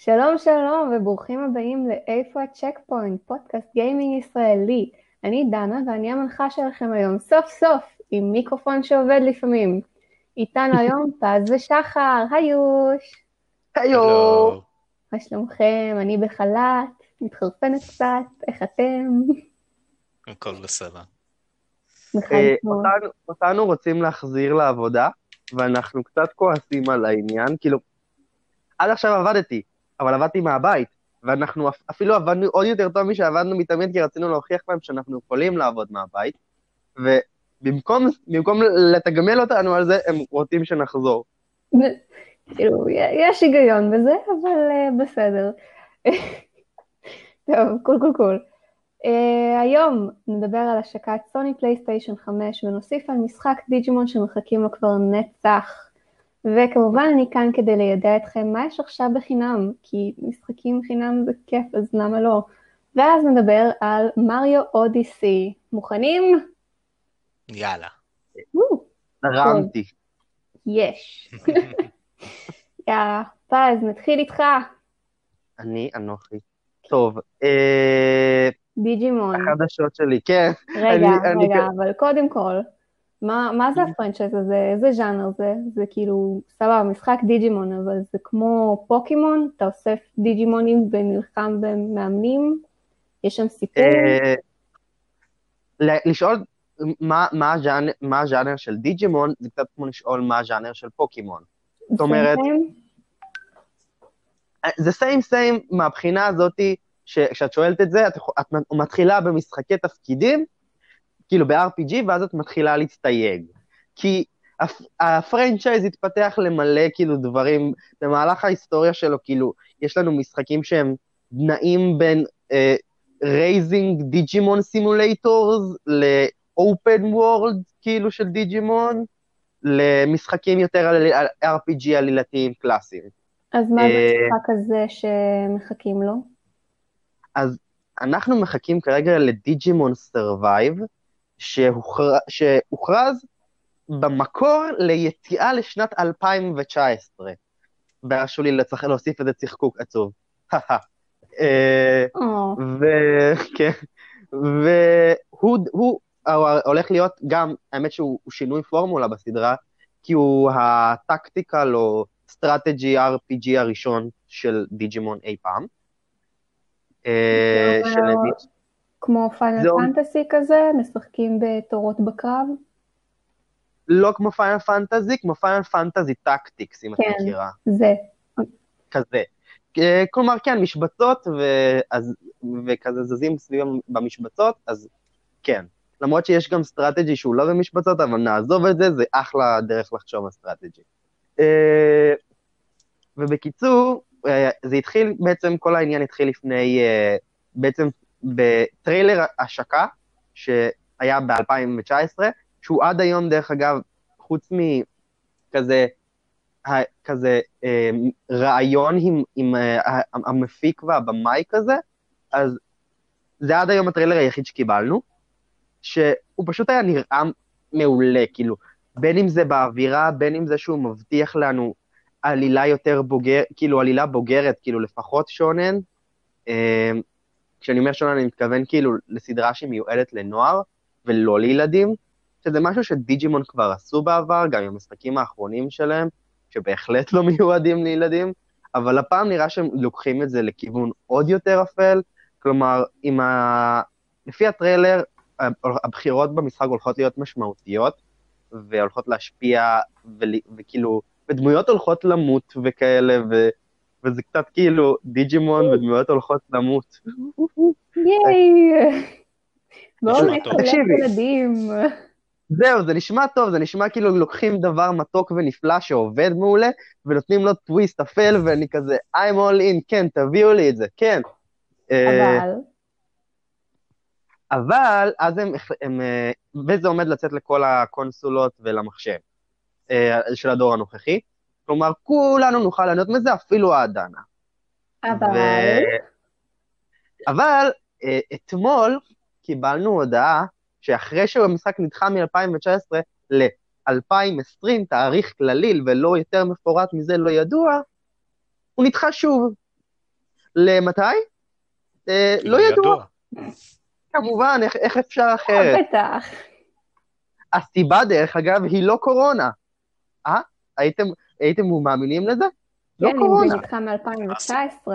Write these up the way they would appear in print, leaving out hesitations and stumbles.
שלום שלום וברוכים הבאים לאיפה הצ'ק פוינט, פודקאסט גיימינג ישראלי. אני דנה ואני המנחה שלכם היום, סוף סוף, עם מיקרופון שעובד לפעמים. איתנו היום פז ושחר, היוש. הלו. מה שלומכם? אני בחל"ת, מתחרפנת קצת, איך אתם? הכל בסדר. שמחה לשמוע. אותנו רוצים להחזיר לעבודה, ואנחנו קצת כועסים על העניין, כאילו, עד עכשיו עבדתי, אבל עבדתי מהבית, ואנחנו אפילו עבדנו עוד יותר טוב משעבדנו מתמיד, כי רצינו להוכיח להם שאנחנו יכולים לעבוד מהבית, ובמקום לתגמל אותנו על זה, הם רוצים שנחזור. כאילו, יש היגיון בזה, אבל בסדר. טוב, קול. היום נדבר על השקת סוני פלייסטיישן 5 ונוסיף על משחק דיג'ימון שמחכים לו כבר נצח. וכמובן אני כאן כדי לידע אתכם מה יש עכשיו בחינם, כי משחקים חינם זה כיף, אז למה לא? ואז נדבר על מריו אודיסי. מוכנים? יאללה. רמתי. יש. יאללה, פז, נתחיל איתך. אנוכי. טוב, דיג'ימון. החדשות שלי, כן. רגע, אבל קודם כל, מה זה הפרנצ'ייז הזה? איזה ז'אנר זה? זה כאילו, סבבה, משחק דיג'ימון, אבל זה כמו פוקימון? אתה אוסף דיג'ימונים ונלחם במאמנים? יש שם סיפור? לשאול מה הז'אנר של דיג'ימון, זה קצת כמו לשאול מה הז'אנר של פוקימון. זאת אומרת, זה סיים מהבחינה הזאת, שכשאת שואלת את זה, את מתחילה במשחקי תפקידים, כאילו ב-RPG, ואז את מתחילה להסתייג. כי הפרנצ'ייז התפתח למלא כאילו דברים, במהלך ההיסטוריה שלו, כאילו, יש לנו משחקים שהם נעים בין רייזינג דיג'ימון סימולטורס, ל-open world כאילו של דיג'ימון, למשחקים יותר על RPG עלילתיים קלאסיים. אז מה זה המשחק הזה שמחכים לו? אז אנחנו מחכים כרגע לדיג'ימון סרווייב, שהוכרז במקור ליציאה לשנת 2019. והרשו לי להוסיף איזה צחקוק עצוב. והוא הולך להיות גם, האמת שהוא שינוי פורמולה בסדרה, כי הוא הטקטיקל או סטרטג'י RPG הראשון של דיג'ימון אי פעם. כמו פיינל פנטסי כזה, משחקים בתורות בקרב? לא כמו פיינל פנטסי, כמו פיינל פנטסי טקטיקס, אם את מכירה. כן, זה. כזה. כלומר, כן, משבצות, וכזה זזים סביב במשבצות, אז כן. למרות שיש גם סטרטג'י שהוא לא במשבצות, אבל נעזוב את זה, זה אחלה דרך לחשוב על סטרטג'י. ובקיצור, זה התחיל, בעצם כל העניין התחיל לפני, בעצם בטריילר השקה, שהיה ב-2019, שהוא עד היום, דרך אגב, חוץ מכזה רעיון עם המפיק והבמאי כזה, אז זה עד היום הטריילר היחיד שקיבלנו, שהוא פשוט היה נראה מעולה, כאילו, בין אם זה באווירה, בין אם זה שהוא מבטיח לנו עלילה יותר כאילו עלילה בוגרת, כאילו לפחות שונן, כשאני אומר שונן אני מתכוון כאילו לסדרה שהיא מיועדת לנוער ולא לילדים, שזה משהו שדיג'ימון כבר עשו בעבר, גם עם המשחקים האחרונים שלהם, שבהחלט לא מיועדים לילדים, אבל הפעם נראה שהם לוקחים את זה לכיוון עוד יותר אפל, כלומר, לפי הטריילר, הבחירות במשחק הולכות להיות משמעותיות, והולכות להשפיע, וכאילו, ודמויות הולכות למות וכאלה, וזה קצת כאילו דיג'ימון ודמויות הולכות למות. ייי! בואו נקלט ילדים. זהו, זה נשמע טוב, זה נשמע כאילו לוקחים דבר מתוק ונפלא שעובד מעולה, ונותנים לו טוויסט אפל, ואני כזה, I'm all in, כן, תביאו לי את זה, כן. אבל, אז וזה עומד לצאת לכל הקונסולות ולמחשב של הדור הנוכחי, כלומר, כולנו נוכל לענות מזה, אפילו העדנה. אבל אתמול קיבלנו הודעה שאחרי שהמשחק נדחה מ-2019 ל-2020, תאריך כללי ולא יותר מפורט מזה לא ידוע, הוא נדחה שוב. למתי? לא ידוע, כמובן, איך אפשר אחרת? בטח. הסיבה, דרך אגב, היא לא קורונה. הייתם מאמינים לזה? לא כן, קורונה. אני איתך מ-2019.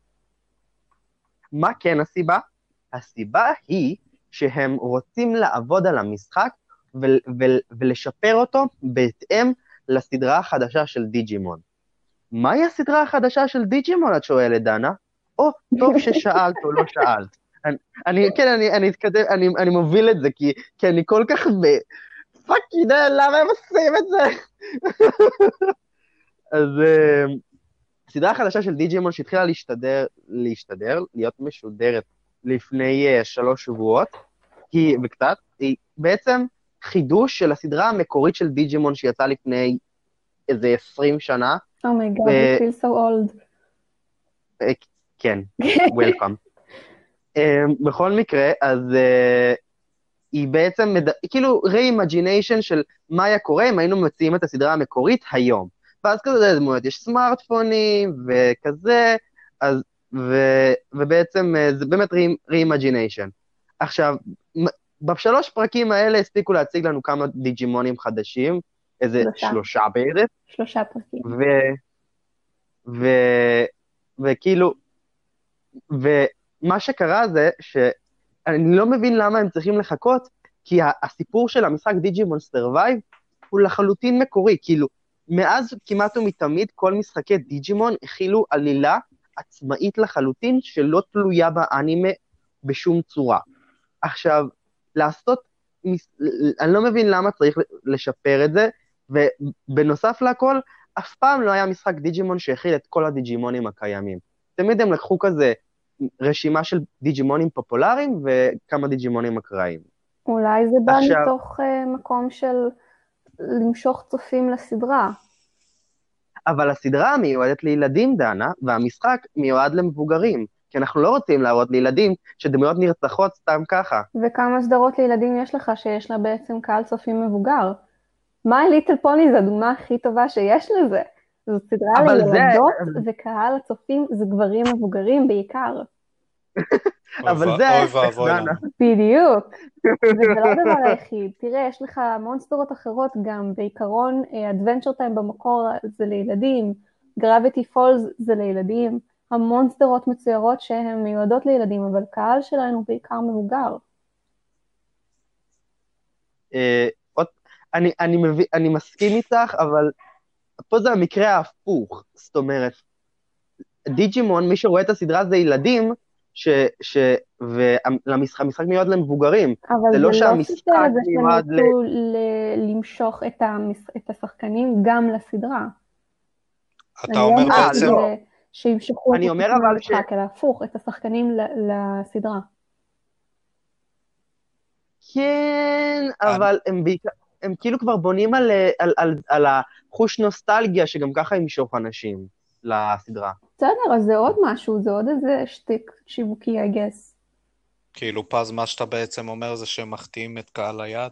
מה כן הסיבה? הסיבה היא שהם רוצים לעבוד על המשחק ולשפר אותו בהתאם לסדרה החדשה של דיג'ימון. מהי הסדרה החדשה של דיג'ימון, את שואלת, דנה? או, טוב ששאלת או לא שאלת. אני אתקדם, אני מוביל את זה, כי אני כל כך פאק, למה הם עושים את זה? אז הסדרה החדשה של דיג'ימון שהתחילה להיות משודרת לפני 3 שבועות, היא בעצם חידוש של הסדרה המקורית של דיג'ימון שיצאה לפני איזה 20 שנה. Oh my god, I feel so old. כן, welcome. בכל מקרה, אז היא בעצם, כאילו, re-imagination של מה היה קורה אם היינו מציעים את הסדרה המקורית היום. ואז כזה דמויות, יש סמארטפונים וכזה, ובעצם זה באמת re-imagination. עכשיו, ב3 פרקים האלה הספיקו להציג לנו כמה דיג'ימונים חדשים, איזה 3 בערך. 3 פרקים. וכאילו, ומה שקרה זה שאני לא מבין למה הם צריכים לחכות, כי הסיפור של המשחק דיג'ימון סרווייב הוא לחלוטין מקורי, כאילו, מאז כמעט ומתמיד כל משחקי דיג'ימון הכילו עלילה עצמאית לחלוטין שלא תלויה באנימה בשום צורה. עכשיו, אני לא מבין למה צריך לשפר את זה, ובנוסף לכל, אף פעם לא היה משחק דיג'ימון שהכיל את כל הדיג'ימונים הקיימים. תמיד הם לקחו כזה רשימה של דיג'ימונים פופולריים וכמה דיג'ימונים אקראיים. אולי זה בא מתוך מקום של למשוך צופים לסדרה. אבל הסדרה מיועדת לילדים, דנה, והמשחק מיועד למבוגרים, כי אנחנו לא רוצים להראות לילדים שדמויות נרצחות סתם ככה. וכמה סדרות לילדים יש לך שיש לה בעצם קהל צופים מבוגר? My Little Pony זה הדוגמה הכי טובה שיש לזה. זו סדרה לילדות, וקהל הצופים זה גברים מבוגרים בעיקר. אבל זה דנה. בדיוק. וזה לא הדבר היחיד. תראה, יש לך המון סדרות אחרות גם, בעיקרון Adventure Time במקור זה לילדים, Gravity Falls זה לילדים, המון סדרות מצוירות שהן מיועדות לילדים, אבל קהל שלנו בעיקר מבוגר. אני מסכים איתך, אבל פה זה המקרה ההפוך. זאת אומרת, דיג'ימון, מי שרואה את הסדרה זה ילדים, והמשחק מיועד למבוגרים. אבל זה לא שהמשחק מיועד למשוך את השחקנים גם לסדרה. אתה אומר בעצם... שימשכו את המשחק, אלא הפוך, את השחקנים לסדרה. כן, אבל הם כאילו כבר בונים על החוש נוסטלגיה, שגם ככה ימשוך אנשים לסדרה. בסדר, אז זה עוד משהו, זה עוד איזה שטיק שיווקי, I guess. כאילו פז, מה שאתה בעצם אומר זה שהם מחטיאים את קהל היעד?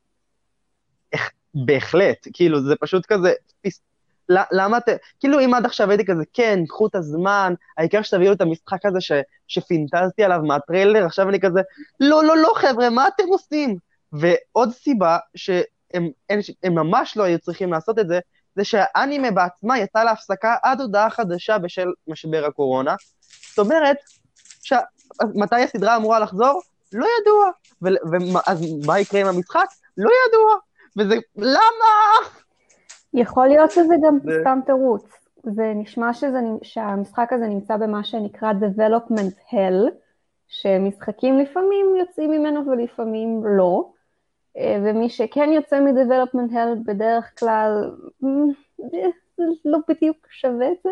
בהחלט, כאילו זה פשוט כזה, למה כאילו אם עד עכשיו הייתי כזה, כן, קחו את הזמן, העיקר שתביאו את המשחק הזה שפינטזתי עליו מהטריילר, עכשיו אני כזה, לא חבר'ה, מה אתם עושים? ועוד סיבה שהם ממש לא היו צריכים לעשות את זה, זה שהאנימה בעצמה יצאה להפסקה עד הודעה חדשה בשל משבר הקורונה. זאת אומרת, מתי הסדרה אמורה לחזור? לא ידוע. אז מה יקרה עם המשחק? לא ידוע. וזה, למה? יכול להיות שזה גם סתם תירוץ. זה נשמע שהמשחק הזה נמצא במה שנקרא development hell, שמשחקים לפעמים יוצאים ממנו ולפעמים לא. ומי שכן יוצא מ-development hell בדרך כלל לא בדיוק שווה את זה.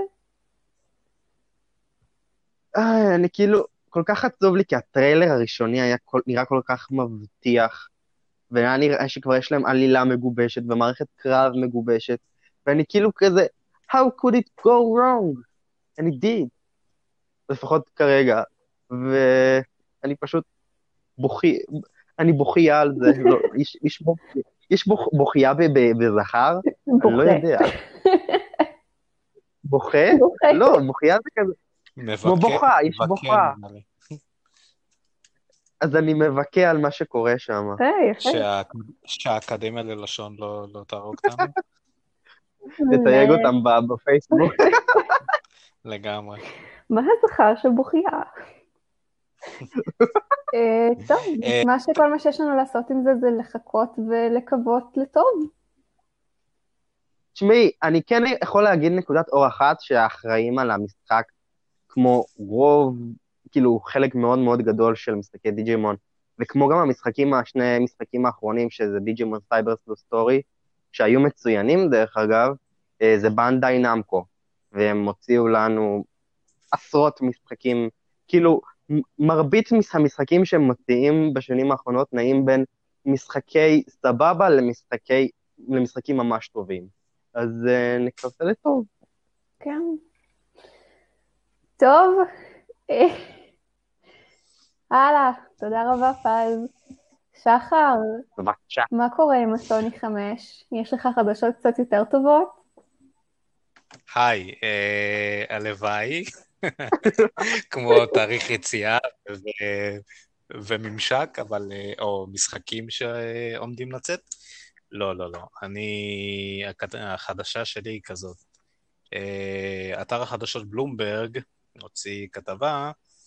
אני כאילו, כל כך עצוב לי, כי הטריילר הראשוני נראה כל כך מבטיח, והיה נראה שכבר יש להם עלילה מגובשת, ומערכת קרב מגובשת, ואני כאילו כזה, how could it go wrong? And it did. לפחות כרגע, ואני פשוט אני בוכייה על זה, יש בוכייה בזכר? אני לא יודע. בוכה? לא, בוכייה זה כזה, כמו מבכה, בוכה, איש מבכה בוכה. נראה לי. אז אני מבכה על מה שקורה שם. יפה. שהאקדמיה ללשון לא תהרוג אותנו? לתייג אותם בפייסבוק. לגמרי. מה הזכר של בוכייה? טוב, נשמע שכל מה שיש לנו לעשות עם זה לחכות ולקוות לטוב. תשמעי, אני כן יכול להגיד נקודת אור אחת שהאחראים על המשחק, כמו רוב, כאילו חלק מאוד מאוד גדול של משחקי דיג'ימון, וכמו גם השני משחקים האחרונים, שזה דיג'ימון סייברסלו סטורי, שהיו מצוינים דרך אגב, זה בנדאי נמקו, והם הוציאו לנו עשרות משחקים, כאילו מרבית המשחקים שהם מוציאים בשנים האחרונות נעים בין משחקי סבבה למשחקים ממש טובים. אז נקווה לטוב. כן. טוב. הלאה, תודה רבה פז. שחר, בבקשה. מה קורה עם הסוני 5? יש לך חדשות קצת יותר טובות? היי, הלוואי, כמו תאריך יציאה וממשק, אבל, או משחקים שעומדים לצאת. לא, לא, לא. החדשה שלי היא כזאת. אתר החדשות בלומברג הוציא כתבה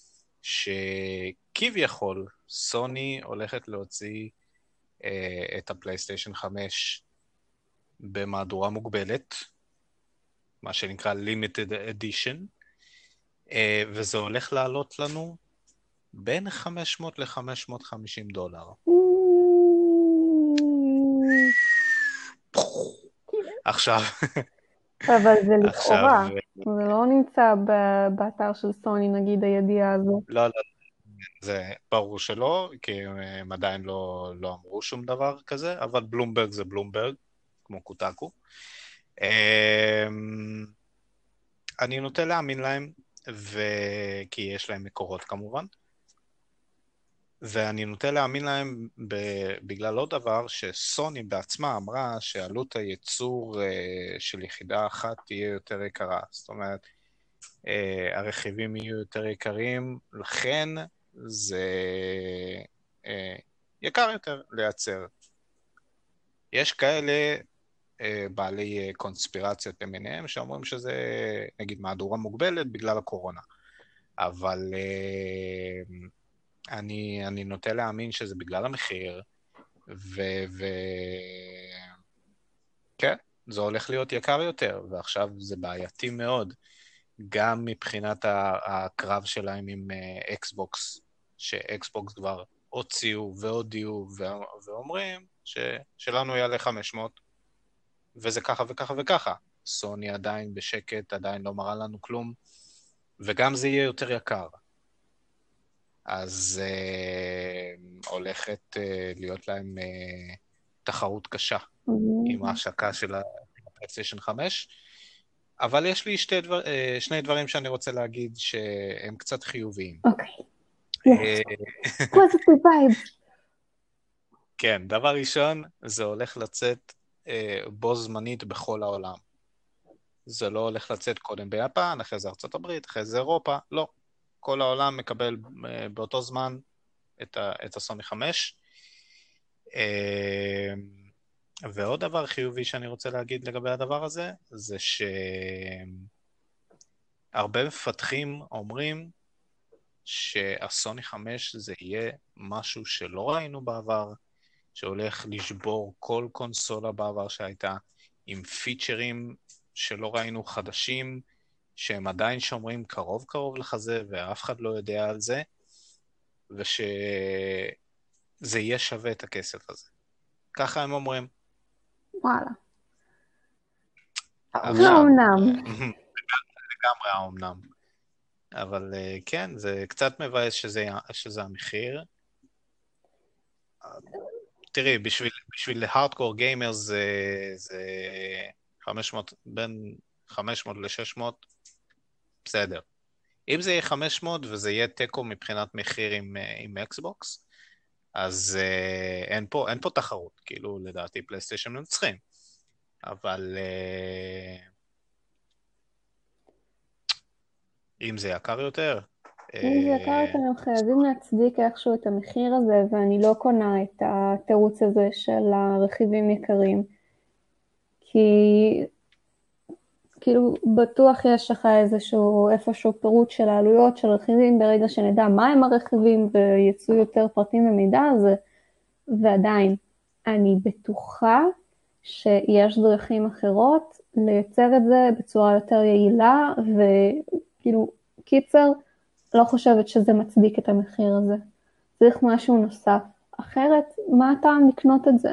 שכביכול סוני הולכת להוציא את הפלייסטיישן 5 במהדורה מוגבלת, מה שנקרא Limited Edition, וזה הולך לעלות לנו בין 500 ל-550 דולר. עכשיו, אבל זה עכשיו, לכאורה, זה לא נמצא באתר של סוני, נגיד, הידיעה הזו. לא, לא, זה ברור שלא, כי הם עדיין לא אמרו שום דבר כזה, אבל בלומברג זה בלומברג, כמו קוטקו. אני נוטה להאמין להם, כי יש להם מקורות כמובן, ואני נוטה להאמין להם בגלל עוד דבר, שסוני בעצמה אמרה שעלות הייצור של יחידה אחת תהיה יותר יקרה. זאת אומרת, הרכיבים יהיו יותר יקרים, לכן זה יקר יותר לייצר. יש כאלה בעלי קונספירציות למיניהם שאומרים שזה נגיד מהדורה מוגבלת בגלל הקורונה, אבל אני נוטה להאמין שזה בגלל המחיר, כן, זה הולך להיות יקר יותר, ועכשיו זה בעייתי מאוד, גם מבחינת הקרב שלהם עם אקסבוקס, שאקסבוקס כבר הוציאו והודיעו ואומרים שלנו יעלה 500, וזה ככה וככה וככה. סוני עדיין בשקט, עדיין לא מראה לנו כלום, וגם זה יהיה יותר יקר. אז הולכת להיות להם תחרות קשה עם ההשקה של הפלייסטיישן 5, אבל יש לי שני דברים שאני רוצה להגיד שהם קצת חיוביים. אוקיי. positive vibes. כן, דבר ראשון, זה הולך לצאת בו זמנית בכל העולם. זה לא הולך לצאת קודם ביפן, אחרי זה ארצות הברית, אחרי זה אירופה, לא. כל העולם מקבל באותו זמן את הסוני 5. ועוד דבר חיובי שאני רוצה להגיד לגבי הדבר הזה, זה שהרבה מפתחים אומרים שהסוני 5 זה יהיה משהו שלא ראינו בעבר, שהולך לשבור כל קונסולה בעבר שהייתה, עם פיצ'רים שלא ראינו חדשים, שהם עדיין שומרים קרוב קרוב לחזה, ואף אחד לא יודע על זה, ושזה יהיה שווה את הכסף הזה. ככה הם אומרים. וואלה. האומנם. לגמרי האומנם. אבל כן, זה קצת מבאס שזה המחיר. תראי, בשביל להארדקור גיימר זה 500, בין 500 ל-600, בסדר. אם זה יהיה 500 וזה יהיה טקו מבחינת מחיר עם אקסבוקס, אז אין פה תחרות, כאילו לדעתי פלייסטיישן מנצחים. אבל אם זה יקר יותר, אם זה יקר יותר, הם חייבים להצדיק איכשהו את המחיר הזה, ואני לא קונה את התירוץ הזה של הרכיבים יקרים, כי כאילו בטוח יש לך איפשהו פירוט של העלויות של רכיבים, ברגע שנדע מה הם הרכיבים ויצאו יותר פרטים ומידע על זה, ועדיין, אני בטוחה שיש דרכים אחרות לייצר את זה בצורה יותר יעילה, וכאילו, קיצר, לא חושבת שזה מצדיק את המחיר הזה. צריך משהו נוסף. אחרת, מה הטעם לקנות את זה?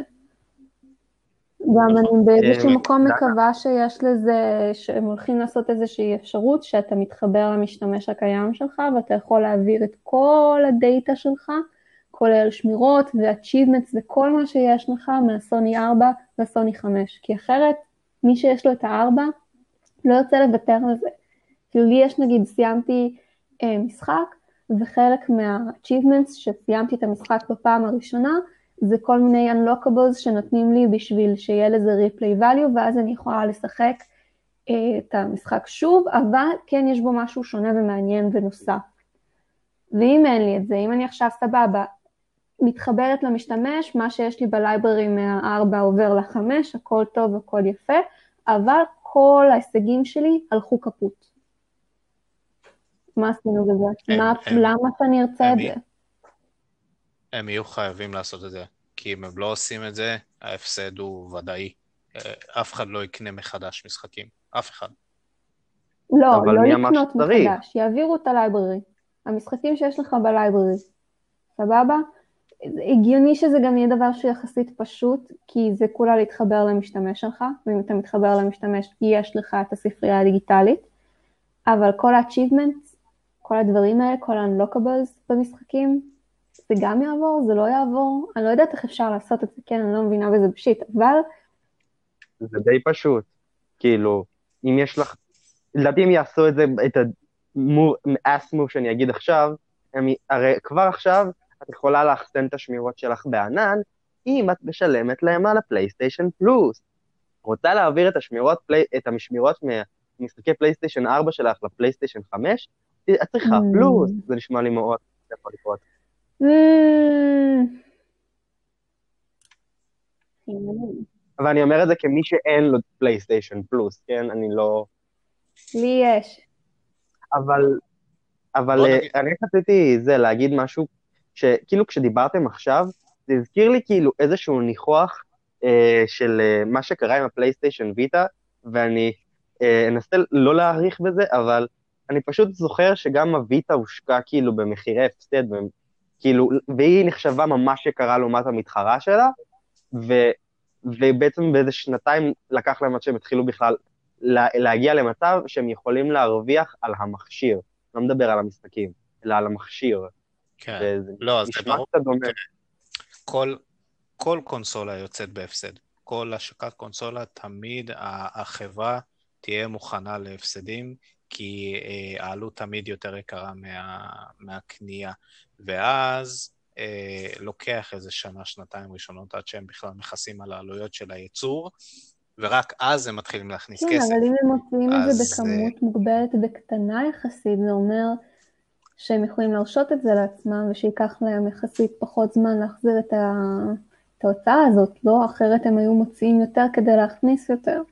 גם אני באיזשהו מקום מקווה שיש לזה, שהם הולכים לעשות איזושהי אפשרות שאתה מתחבר למשתמש הקיים שלך, ואתה יכול להעביר את כל הדאטה שלך, כולל שמירות ו-achievements וכל מה שיש לך מהסוני 4 לסוני 5, כי אחרת מי שיש לו את ה-4 לא יוצא לוותר לזה. כאילו לי יש נגיד, סיימתי משחק, וחלק מה-achievements שסיימתי את המשחק בפעם הראשונה, זה כל מיני unlockables שנותנים לי בשביל שיהיה לזה replay value, ואז אני יכולה לשחק את המשחק שוב, אבל כן יש בו משהו שונה ומעניין ונוסף. ואם אין לי את זה, אם אני עכשיו סבבה, מתחברת למשתמש, מה שיש לי בלייברי מה-4 עובר ל-5, הכל טוב, הכל יפה, אבל כל ההישגים שלי הלכו כפות. מה עשינו בזה? למה שאני ארצה את זה? הם יהיו חייבים לעשות את זה, כי אם הם לא עושים את זה, ההפסד הוא ודאי. אף אחד לא יקנה מחדש משחקים, אף אחד. לא לקנות מחדש, יעבירו את הלייברי. המשחקים שיש לך בלייברי, סבבה? הגיוני שזה גם יהיה דבר שיחסית פשוט, כי זה כולה להתחבר למשתמש שלך, ואם אתה מתחבר למשתמש, יש לך את הספרייה הדיגיטלית, אבל כל ה-achievements, כל הדברים האלה, כל ה-unlockables במשחקים, זה גם יעבור, זה לא יעבור, אני לא יודעת איך אפשר לעשות את זה, כן, אני לא מבינה בזה פשיט, אבל... זה די פשוט, כאילו, אם יש לך, לדעתי אם יעשו את זה, את ה-move שאני אגיד עכשיו, הרי כבר עכשיו את יכולה לאחסן את השמירות שלך בענן, אם את משלמת להם על הפלייסטיישן פלוס. רוצה להעביר את המשמירות ממשחקי פלייסטיישן 4 שלך לפלייסטיישן 5, את צריכה פלוס, זה נשמע לי מאוד יכול לקרות. אבל אני אומר את זה כמי שאין לו פלייסטיישן פלוס, כן? אני לא... לי יש. אבל אני רציתי להגיד משהו, שכאילו כשדיברתם עכשיו, זה הזכיר לי כאילו איזשהו ניחוח של מה שקרה עם הפלייסטיישן ויטה, ואני אנסה לא להעריך בזה, אבל אני פשוט זוכר שגם הויטה הושקע כאילו במחירי הפסד, כאילו, והיא נחשבה ממש יקרה לעומת המתחרה שלה, ובעצם באיזה שנתיים לקח להם עד שהם התחילו בכלל להגיע למצב שהם יכולים להרוויח על המכשיר. לא מדבר על המשחקים, אלא על המכשיר. כן, לא, זה ברור. כל קונסולה יוצאת בהפסד. כל השקת קונסולה, תמיד החברה תהיה מוכנה להפסדים, כי העלות תמיד יותר יקרה מהקנייה. ואז לוקח איזה שנה, שנתיים ראשונות, עד שהם בכלל מכסים על העלויות של הייצור, ורק אז הם מתחילים להכניס כסף. כן, אבל אם הם מוצאים את זה בכמות מוגבלת וקטנה יחסית, זה אומר שהם יכולים להרשות את זה לעצמם, ושיקח להם יחסית פחות זמן להחזיר את ההוצאה הזאת, לא? אחרת הם היו מוציאים יותר כדי להכניס יותר.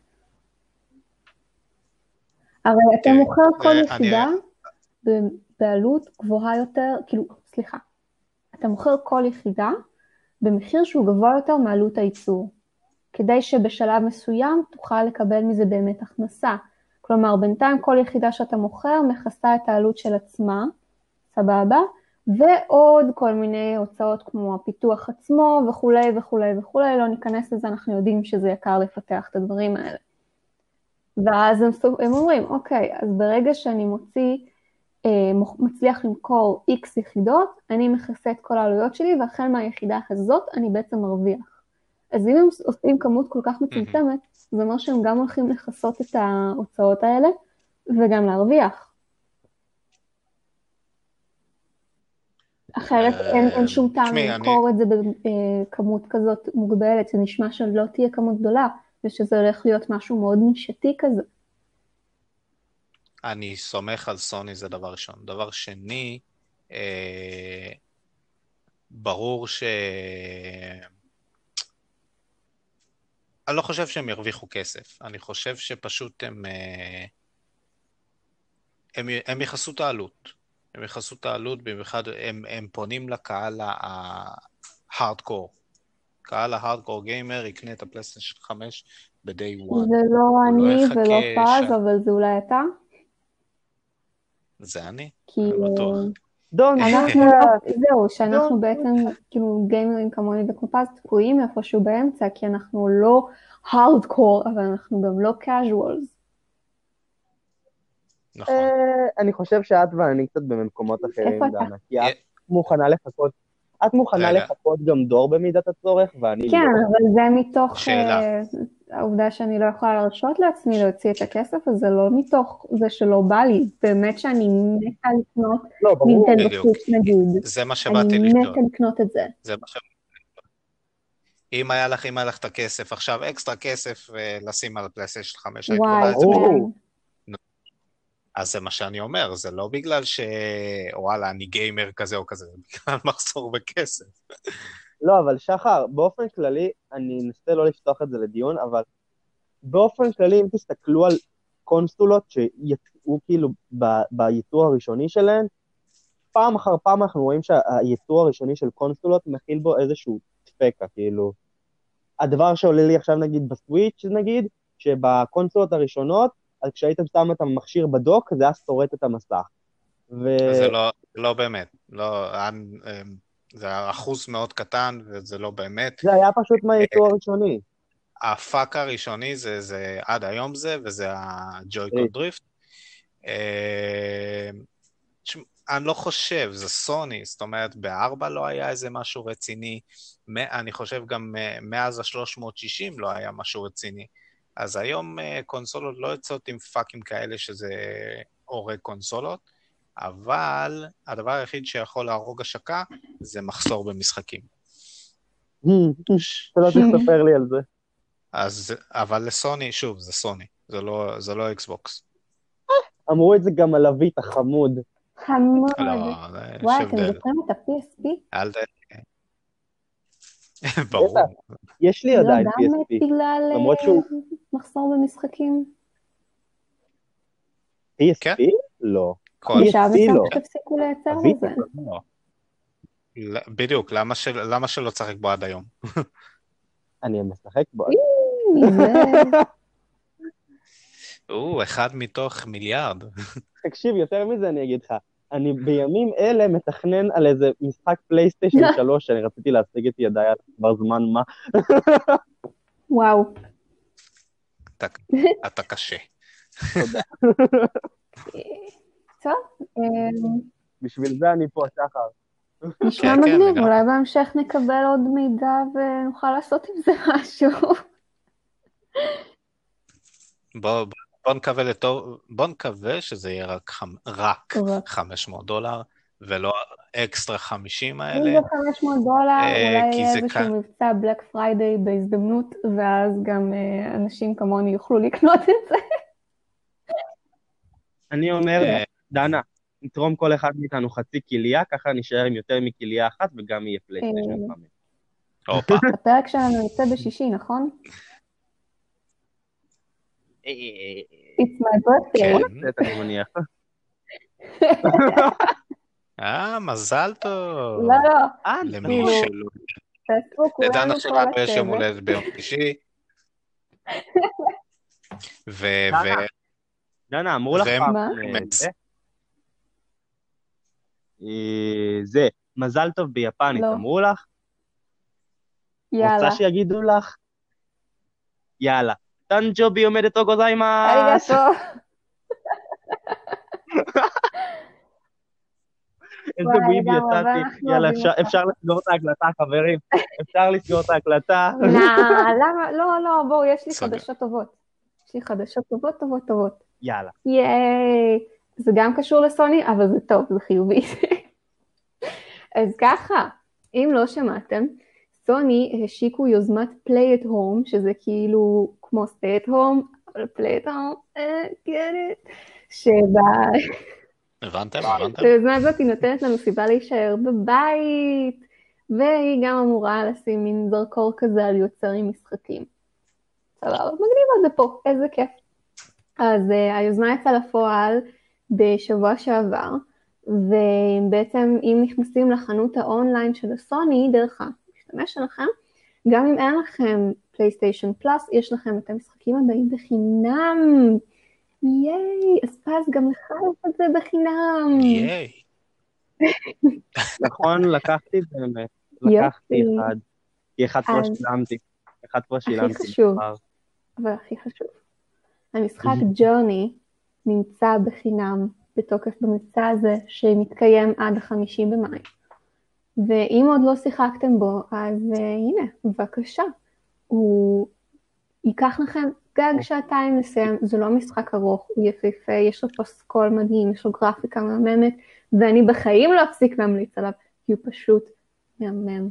אבל אתה מוכר כל יחידה בעלות גבוהה יותר, כאילו, סליחה, אתה מוכר כל יחידה במחיר שהוא גבוה יותר מעלות הייצור, כדי שבשלב מסוים תוכל לקבל מזה באמת הכנסה. כלומר, בינתיים כל יחידה שאתה מוכר מכסה את העלות של עצמה, סבבה, ועוד כל מיני הוצאות כמו הפיתוח עצמו וכולי וכולי וכולי, לא ניכנס לזה, אנחנו יודעים שזה יקר לפתח את הדברים האלה. ואז הם אומרים, אוקיי, אז ברגע שאני מצליח למכור X יחידות, אני מכסה את כל העלויות שלי, והחל מהיחידה הזאת אני בעצם מרוויח. אז אם הם עושים כמות כל כך מצומצמת, זה אומר שהם גם הולכים לחסות את ההוצאות האלה, וגם להרוויח. אחרת אין שום טעם למכור את זה בכמות כזאת מוגבלת, זה נשמע שלא תהיה כמות גדולה, ושזה הולך להיות משהו מאוד נישתי כזה. אני סומך על סוני, זה דבר ראשון. דבר שני, ברור אני לא חושב שהם ירוויחו כסף. אני חושב שפשוט הם יכסו את העלות. הם יכסו את העלות, במיוחד הם פונים לקהל ההארדקור. קהל ההארדקור גיימר יקנה את הפלייסטיישן 5 ב-day one. זה לא הוא לא אני יחכה ולא פז, אבל זה אולי אתה. זה אני כאילו, בטוח. אנחנו לא, זהו, שאנחנו בעצם, כאילו, גיימרים כמוני וכמו פז תקועים איפשהו באמצע, כי אנחנו לא הארדקור, אבל אנחנו גם לא casuals. נכון. אני חושב שאת ואני קצת במקומות אחרים, איפה אתה? דנה, כי את מוכנה לחכות, את מוכנה רגע. לחכות גם דור במידת הצורך, ואני כן, לא. אבל זה מתוך שאלה. העובדה שאני לא יכולה להרשות לעצמי להוציא את הכסף, אז זה לא מתוך זה שלא בא לי, באמת שאני מתה לקנות לא, ברור. נינטנדו בדיוק. סוויץ' נגיד. זה מה שבאתי אני לשאול. מתה לקנות את זה. זה מה אם היה לך את הכסף, עכשיו אקסטרה כסף לשים על הפלייסטיישן 5, היית וואי, קונה את זה. ברור. כן. אז זה מה שאני אומר, זה לא בגלל שוואלה, אני גיימר כזה או כזה, זה בגלל מחסור בכסף. לא, אבל שחר, באופן כללי, אני אנסה לא לפתוח את זה לדיון, אבל באופן כללי, אם תסתכלו על קונסולות שיצאו כאילו בייצור הראשוני שלהן, פעם אחר פעם אנחנו רואים שהייצור הראשוני של קונסולות מכיל בו איזשהו דפקה, כאילו. הדבר שעולה לי עכשיו נגיד בסוויץ' נגיד, שבקונסולות הראשונות, אז כשהייתם שם את המכשיר בדוק, זה היה שורט את המסך. זה לא באמת, זה אחוז מאוד קטן, וזה לא באמת. זה היה פשוט מהייצור הראשוני. הפאק הראשוני זה עד היום זה, וזה הג'ויקון דריפט. אני לא חושב, זה סוני, זאת אומרת, ב-4 לא היה איזה משהו רציני, אני חושב גם מאז ה-360 לא היה משהו רציני. אז היום קונסולות לא יוצאות עם פאקים כאלה שזה הורג קונסולות, אבל הדבר היחיד שיכול להרוג השקה זה מחסור במשחקים. אתה לא צריך לספר לי על זה. אבל לסוני, שוב, זה סוני, זה לא אקסבוקס. אמרו את זה גם על אבית החמוד. חמוד. וואי, אתם הבדל. זוכרים את ה-PSP? ברור. יש לי עדיין לא גם PSP. בגלל למרות שהוא... מחסור במשחקים? כן? PSP? לא. בשעה PSP מסוים לא. שתפסיקו לייצר אבית לזה. לא. בדיוק, למה שלא צריך בו עד היום? אני משחק בו. מזה. אחד מתוך מיליארד. תקשיב, יותר מזה אני אגיד לך. אני בימים אלה מתכנן על איזה משחק פלייסטיישן 3 שאני רציתי להשיג את ידיי על כבר זמן מה. וואו. אתה קשה. תודה. טוב. בשביל זה אני פה, שחר. נשמע כן, מגניב, לגמרי. אולי בהמשך נקבל עוד מידע ונוכל לעשות עם זה משהו. בוא נקווה שזה יהיה רק $500, ולא אקסטרה 50 אם האלה. זה $500, אולי כי יהיה זה איזשהו מבצע בלק פריידיי בהזדמנות, ואז גם אנשים כמוני יוכלו לקנות את זה. אני אומר, דנה, נתרום כל אחד מאיתנו חצי כליה, ככה נשאר עם יותר מכליה אחת, וגם יהיה פלייסטיישן 5. הופה. הפרק שלנו יוצא בשישי, נכון? It's my birthday. כן. אני מניח. מזל טוב. לא, למי כאילו, שלא. תעשו כולנו לדנה כל שלנו יש יום הצוות. הולדת ביום שישי. דנה, אמרו לך פעם, מה? זה, מזל טוב ביפנית, לא. אמרו לך? יאללה. רוצה שיגידו לך? יאללה. טנג'ובי אומדטו גוזיימאס. אריגטו. איזה וואי, וויבי לגמרי, אבל יצאתי. אנחנו יאללה, אוהבים אותך. אפשר לסגור את ההקלטה, חברים. אפשר לסגור את ההקלטה. למה? לא, בואו, יש לי סוגר. חדשות טובות. יש לי חדשות טובות. יאללה. ייי. זה גם קשור לסוני, אבל זה טוב, זה חיובי. אז ככה, אם לא שמעתם, סוני השיקו יוזמת Play at Home, שזה כאילו כמו Stay at Home, אבל Play at Home, get it, הבנתם? ביוזמה הזאת היא נותנת לנו סיבה להישאר בבית, והיא גם אמורה לשים מין זרקור כזה על יוצרים משחקים. סבבה, מגניב את זה פה, איזה כיף. אז היוזמה יצאה לפועל בשבוע שעבר, ובעצם אם נכנסים לחנות האונליין של הסוני, דרך המשתמש שלכם, גם אם אין לכם פלייסטיישן פלאס, יש לכם את המשחקים הבאים בחינם. ייי, אז פז גם לך יש את זה בחינם. ייי. נכון, לקחתי את זה באמת. לקחתי אחד. כי אחד כבר שילמתי. הכי חשוב, אבל הכי חשוב. המשחק ג'ורני נמצא בחינם בתוקף במבצע הזה שמתקיים עד 5 במאי. ואם עוד לא שיחקתם בו, אז הנה, בבקשה. הוא ייקח לכם גג שעתיים לסיים, זה לא משחק ארוך, הוא יפהפה, יש לו פסקול מדהים, יש לו גרפיקה מהממת, ואני בחיים לא אפסיק להמליץ עליו, כי הוא פשוט מהמם.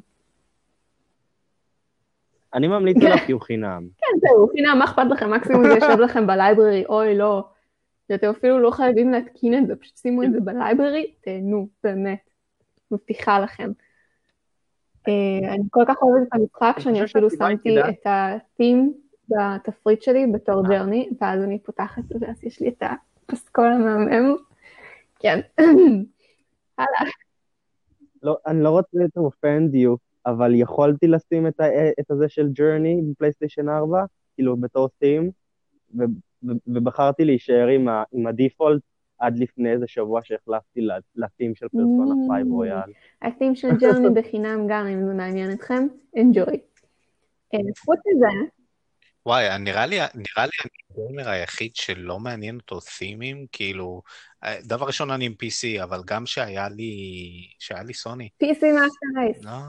אני ממליץ עליו כי הוא חינם. כן, זהו, הוא חינם, מה אכפת לכם? מקסימום זה יושב לכם בלייברי, אוי לא, שאתם אפילו לא חייבים להתקין את זה, פשוט שימו את זה בלייברי, תהנו, באמת, מבטיחה לכם. אני כל כך אוהבת את המשחק, שאני אפילו שמתי את הטים בתפריט שלי בתור ג'רני, ואז אני פותחת את זה, אז יש לי את הפסקול המהמם. כן. הלאה. לא, אני לא רוצה את offend you, אבל יכולתי לשים את הזה של ג'רני בפלייסטיישן 4, כאילו בתור טים, ובחרתי להישאר עם הדיפולט עד לפני איזה שבוע שהחלפתי לטים של פרסונה 5 רויאל. הטים של ג'רני בחינם גם, אם זה מעניין אתכם, enjoy. חוץ מזה, וואי, נראה לי הגיימר היחיד שלא מעניין אותו תימים, כאילו, דבר ראשון אני עם PC, אבל גם שהיה לי סוני. PC מאסטר רייס.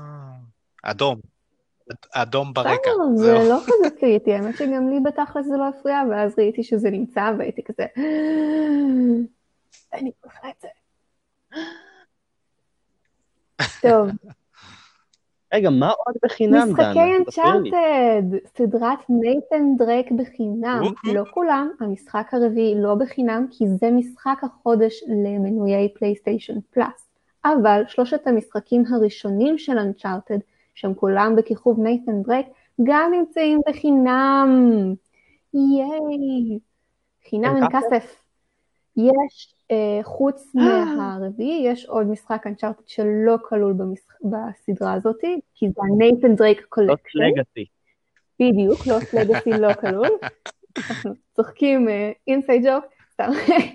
אדום ברקע. זה לא כזה קריטי, האמת שגם לי בתכלס זה לא הפריע, ואז ראיתי שזה נמצא, והייתי כזה, אני צריכה את זה. טוב. רגע, מה עוד בחינם, דנה? משחקי אנצ'ארטד, סדרת נייתן דרייק בחינם. לא כולם, המשחק הרביעי לא בחינם, כי זה משחק החודש למנויי פלייסטיישן פלאס. אבל 3 המשחקים הראשונים של אנצ'ארטד, שהם כולם בכיכוב נייתן דרייק, גם נמצאים בחינם. ייי. חינם אין כסף. יש, חוץ מהרביעי, יש עוד משחק אנצ'ארטד שלא כלול בסדרה הזאת, כי זה נייתן דרייק קולקשן. לוסט לגאסי. בדיוק, לוסט לגאסי לא כלול. אנחנו צוחקים אינסייד ג'וק, סתם.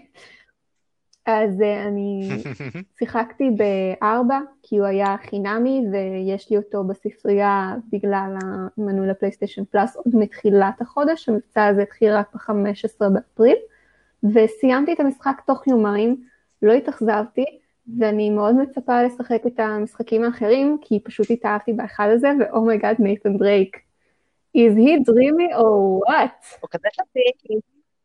אז אני שיחקתי ב4, כי הוא היה חינמי, ויש לי אותו בספרייה בגלל המנוי לפלייסטיישן פלאס עוד מתחילת החודש, המבצע הזה התחיל רק ב-15 באפריל, וסיימתי את המשחק תוך יומיים, לא התאכזבתי, ואני מאוד מצפה לשחק את המשחקים האחרים, כי פשוט התאהבתי באחד הזה, ואומייגאד נייתן דרייק. Is he dreamy or what? הוא כזה שפיק.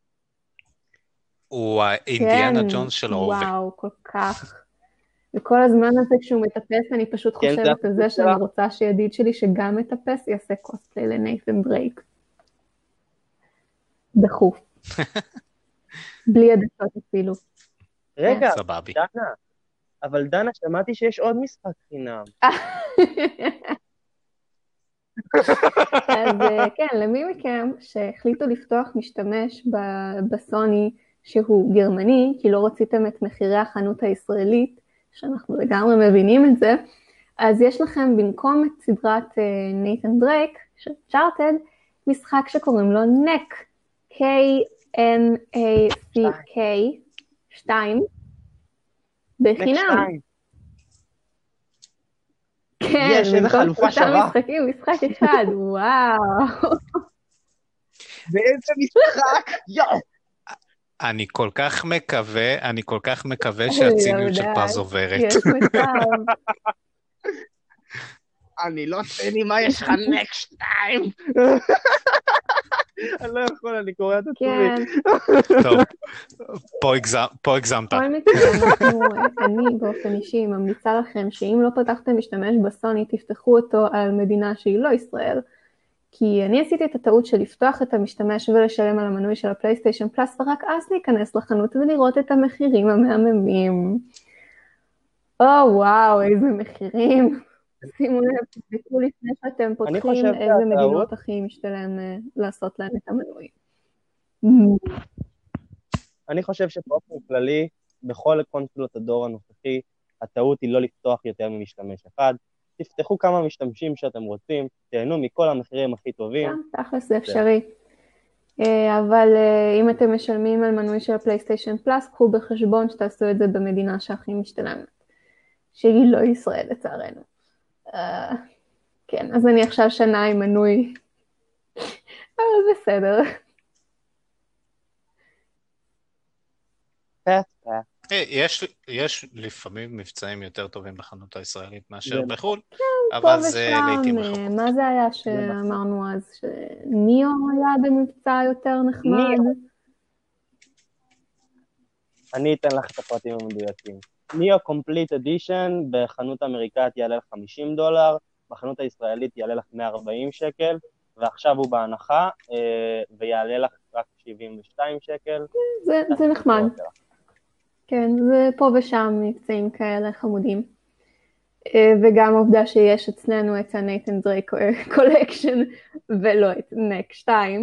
הוא האינדיאנה ג'ונס של ההווה. וואו, כל כך. וכל הזמן הזה כשהוא מטפס, אני פשוט חושבת על זה שאני רוצה שידיד שלי שגם מטפס, יעשה קוספליי לנייתן דרייק. דחוף. בלי עדשות אפילו. רגע, דנה, אבל דנה, שמעתי שיש עוד משחק חינם. אז כן, למי מכם שהחליטו לפתוח משתמש בסוני שהוא גרמני, כי לא רציתם את מחירי החנות הישראלית, שאנחנו לגמרי מבינים את זה, אז יש לכם במקום את סדרת נייתן דרייק, של צ'ארטד, משחק שקוראים לו נק, K-N-A-C-K 2, בחינם. כן, יש איזה חלופה שווה. משחקים, משחק אחד, וואו. ואיזה משחק, יואו. אני כל כך מקווה שהציניות של פז עוברת. יש מצב. אני לא תני מה יש לך נק 2. אני לא יכול, אני קורא את עצמי. כן. טוב, פה הגזמת. כל מקרה, אני באופן אישי ממליצה לכם שאם לא פתחתם משתמש בסוני, תפתחו אותו על מדינה שהיא לא ישראל, כי אני עשיתי את הטעות של לפתוח את המשתמש ולשלם על המנוי של הפלייסטיישן פלאס, ורק אז להיכנס לחנות ולראות את המחירים המהממים. וואו, איזה מחירים. שימו לב, תבדקו לפני שאתם פותחים איזה מדינות הכי משתלם לעשות להם את המנוי. אני חושב שבאופן כללי, בכל קונסולות הדור הנוכחי, הטעות היא לא לפתוח יותר ממשתמש אחד. תפתחו כמה משתמשים שאתם רוצים, תהנו מכל המחירים הכי טובים. תכלס זה אפשרי. אבל אם אתם משלמים על מנוי של הפלייסטיישן פלאס, קחו בחשבון שתעשו את זה במדינה שהכי משתלמת, שהיא לא ישראל לצערנו. כן, אז אני עכשיו שנה עם מנוי, אבל בסדר. יש לפעמים מבצעים יותר טובים בחנות הישראלית מאשר בחו"ל, פה אבל זה לעתים ושם, רחוקות. מה זה היה שאמרנו אז, שניאו היה במבצע יותר נחמד? אני אתן לך את הפרטים המדויקים. ניאו קומפליט אדישן בחנות האמריקאית יעלה לך $50, בחנות הישראלית יעלה לך 140 שקל, ועכשיו הוא בהנחה ויעלה לך רק 72 שקל. זה נחמד. כן, זה פה ושם מבצעים כאלה חמודים. וגם העובדה שיש אצלנו את הנייתן דרייק קולקשן, ולא את נק 2.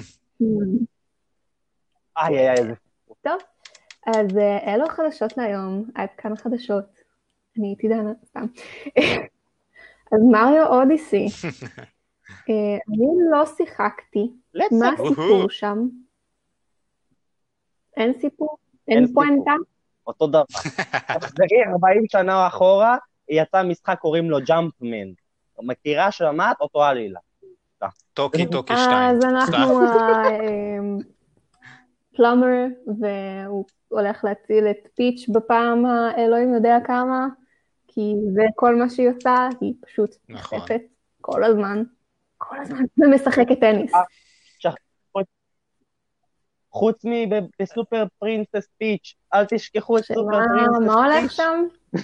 איזה. טוב, אז אלו החדשות להיום, עד כאן החדשות. אני הייתי דנה, סתם. אז מריו אודיסי. אני לא שיחקתי. מה הסיפור שם? אין סיפור? אין פואנטה? אותו דבר. תחזרי 40 שנה אחורה, יצא משחק, קוראים לו ג'אמפמן. מכירה שמעת אותו עלילה. טוקי 2. אז אנחנו פלומר, והוא הולך להציל את פיץ' בפעם האלוהים יודע כמה, כי זה כל מה שהיא עושה, היא פשוט נחפת כל הזמן, ומשחקת טניס. חוץ מבסופר פרינסס פיץ', אל תשכחו את סופר פרינסס פיץ'. מה הולך שם?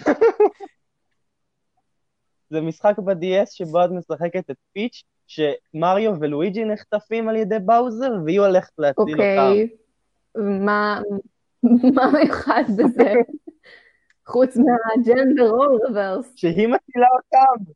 זה משחק ב-DS שבו את משחקת את פיץ', שמריו ולואיג'י נחטפים על ידי באוזר, והיא הולכת להציל אותם. אוקיי, מה מיוחד בזה? חוץ מהג'נדר רול רוורס. שהיא מצילה אותם.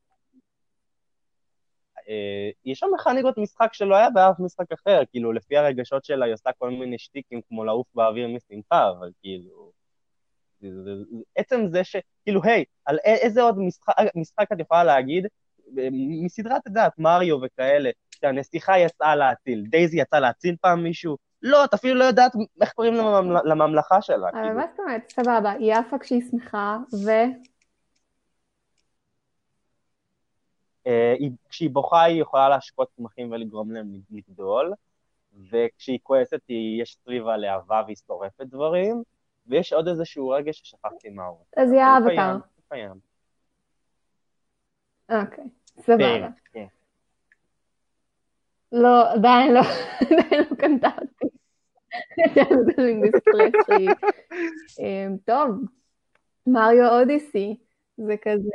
יש שם מכניקות משחק שלא היה באף משחק אחר, כאילו לפי הרגשות שלה היא עושה כל מיני שטיקים כמו לעוף באוויר משמחה, אבל כאילו, עצם זה כאילו, היי, על איזה עוד משחק את יכולה להגיד, מסדרת הדעת, מריו וכאלה, שהנסיכה יצאה להציל, דייזי יצאה להציל פעם מישהו, לא, את אפילו לא יודעת איך קוראים לממלכה שלה. אבל מה זאת אומרת, סבבה, היא יפה כשהיא שמחה, כשהיא בוכה היא יכולה להשקות צמחים ולגרום להם לגדול, וכשהיא כועסת יש סביבה להבה והיא שורפת דברים, ויש עוד איזשהו רגש ששכחתי מהו. אז היא האבטר. הוא קיים. אוקיי, סבבה. לא, עדיין לא קנתה אותי. טוב, מריו אודיסי, זה כזה...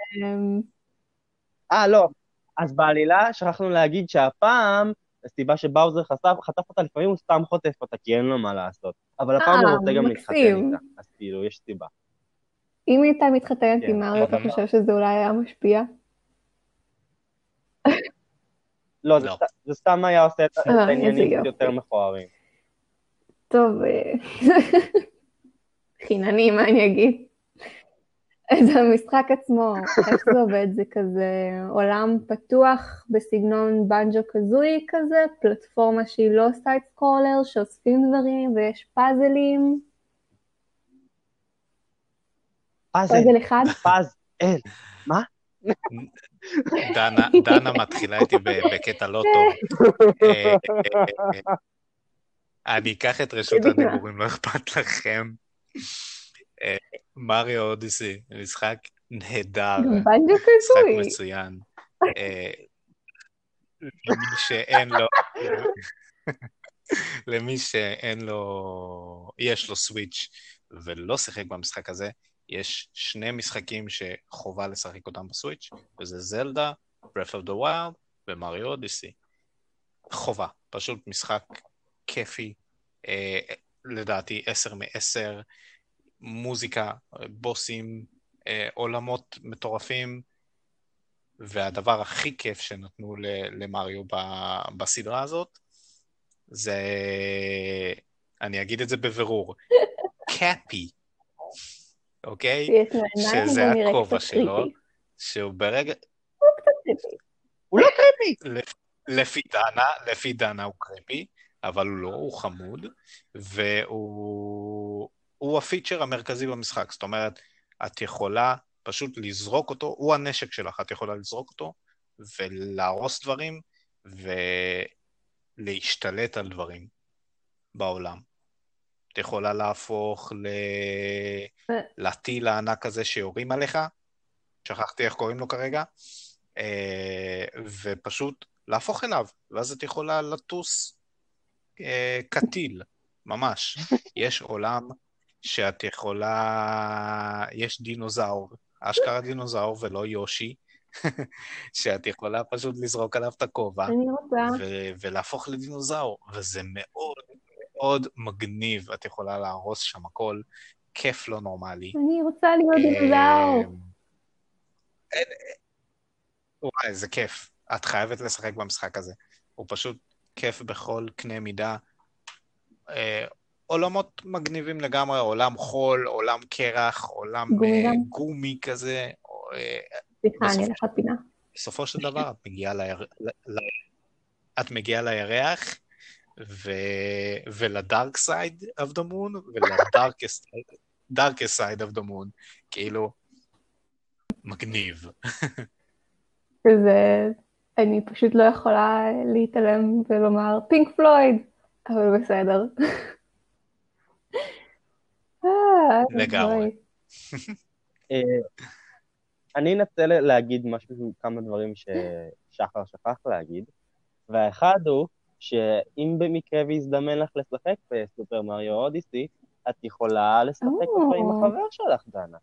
לא, אז בעלילה שכחנו להגיד שהפעם, הסיבה שבאוזר חטף אותה, לפעמים הוא סתם חוטף אותה, כי אין לו מה לעשות. אבל הפעם הוא רוצה גם להתחתן איתה, אז כאילו, יש סיבה. אם היא הייתה מתחתנת עם מריו, אתה חושב שזה אולי היה משפיע? לא, זה סתם היה עושה את העניינים יותר מכוערים. טוב, חינני, מה אני אגיד? אז המשחק עצמו, איך זה עובד? זה כזה עולם פתוח בסגנון בנג'ו קזוי כזה, פלטפורמה שהיא לא סייד סקרולר, שאוספים דברים ויש פאזלים. פאזל אחד? פאזל, מה? דנה מתחילה איתי בקטע לא טוב. אני אקח את רשות הדיבורים, לא אכפת לכם. מריו אודיסי, משחק נהדר, משחק מצוין. למי שאין לו, יש לו סוויץ' ולא שיחק במשחק הזה, יש שני משחקים שחובה לשחק אותם בסוויץ', וזה זלדה, Breath of the Wild ומריו אודיסי. חובה, פשוט משחק כיפי, לדעתי 10 מ-10, מוזיקה, בוסים, עולמות מטורפים, והדבר הכי כיף שנתנו למריו בסדרה הזאת, זה, אני אגיד את זה בבירור, קאפי, אוקיי? שיש לו עיניים שזה ונראה הכובע קצת שלו, קריפי. שהוא ברגע, הוא לא קריפי! לפי דנה הוא קריפי, אבל הוא לא, הוא חמוד, והוא הפיצ'ר המרכזי במשחק. זאת אומרת, את יכולה פשוט לזרוק אותו, הוא הנשק שלך, את יכולה לזרוק אותו, ולהרוס דברים, ולהשתלט על דברים בעולם. את יכולה להפוך לטיל הענק הזה שיורים עליך, שכחתי איך קוראים לו כרגע, ופשוט להפוך אליו, ואז את יכולה לטוס קטיל, ממש. יש עולם שאת יכולה, יש דינוזאור, אשכרה דינוזאור ולא יושי, שאת יכולה פשוט לזרוק עליו את הכובע, אני רוצה. ולהפוך לדינוזאור, וזה מאוד מאוד מגניב, את יכולה להרוס שם הכל, כיף לא נורמלי. אני רוצה להיות דינוזאור. וואי, זה כיף. את חייבת לשחק במשחק הזה. הוא פשוט כיף בכל קנה מידה. עולמות מגניבים לגמרי, עולם חול, עולם קרח, עולם גומי כזה. סליחה, אני אלך לפינה. בסופו של דבר, את מגיעה לירח, ולדארק סייד of the moon, ולדארקסט side of the moon. כאילו, מגניב. אני פשוט לא יכולה להתעלם ולומר פינק פלויד, אבל בסדר. לגמרי. אני אנסה להגיד משהו, כמה דברים ששחר שכח להגיד, והאחד הוא שאם במקרה והזדמן לך לשחק בסופר מריו אודיסי, את יכולה לשחק אותו עם החבר שלך, דנה.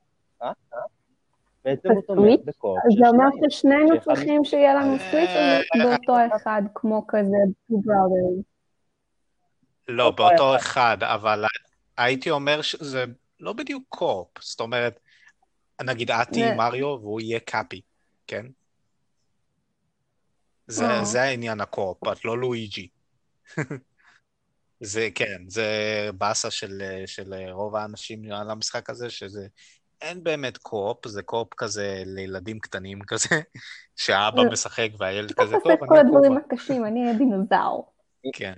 בעצם הוא תומך בקורפ של זה אומר שניים. ששנינו צריכים שיהיה לנו סוויץ' באותו אחד, כמו כזה בראדרס. לא, באותו אחד, אבל הייתי אומר שזה לא בדיוק קורפ, זאת אומרת, נגיד את תהיי מריו והוא יהיה קאפי, כן? זה העניין הקורפ, את לא לואיג'י. זה כן, זה באסה של רוב האנשים על המשחק הזה, שזה אין באמת קורפ, זה קורפ כזה לילדים קטנים כזה, שהאבא משחק והילד כזה טוב, אני עושה כל הדברים הקשים, אני אהיה דינוזאור. כן.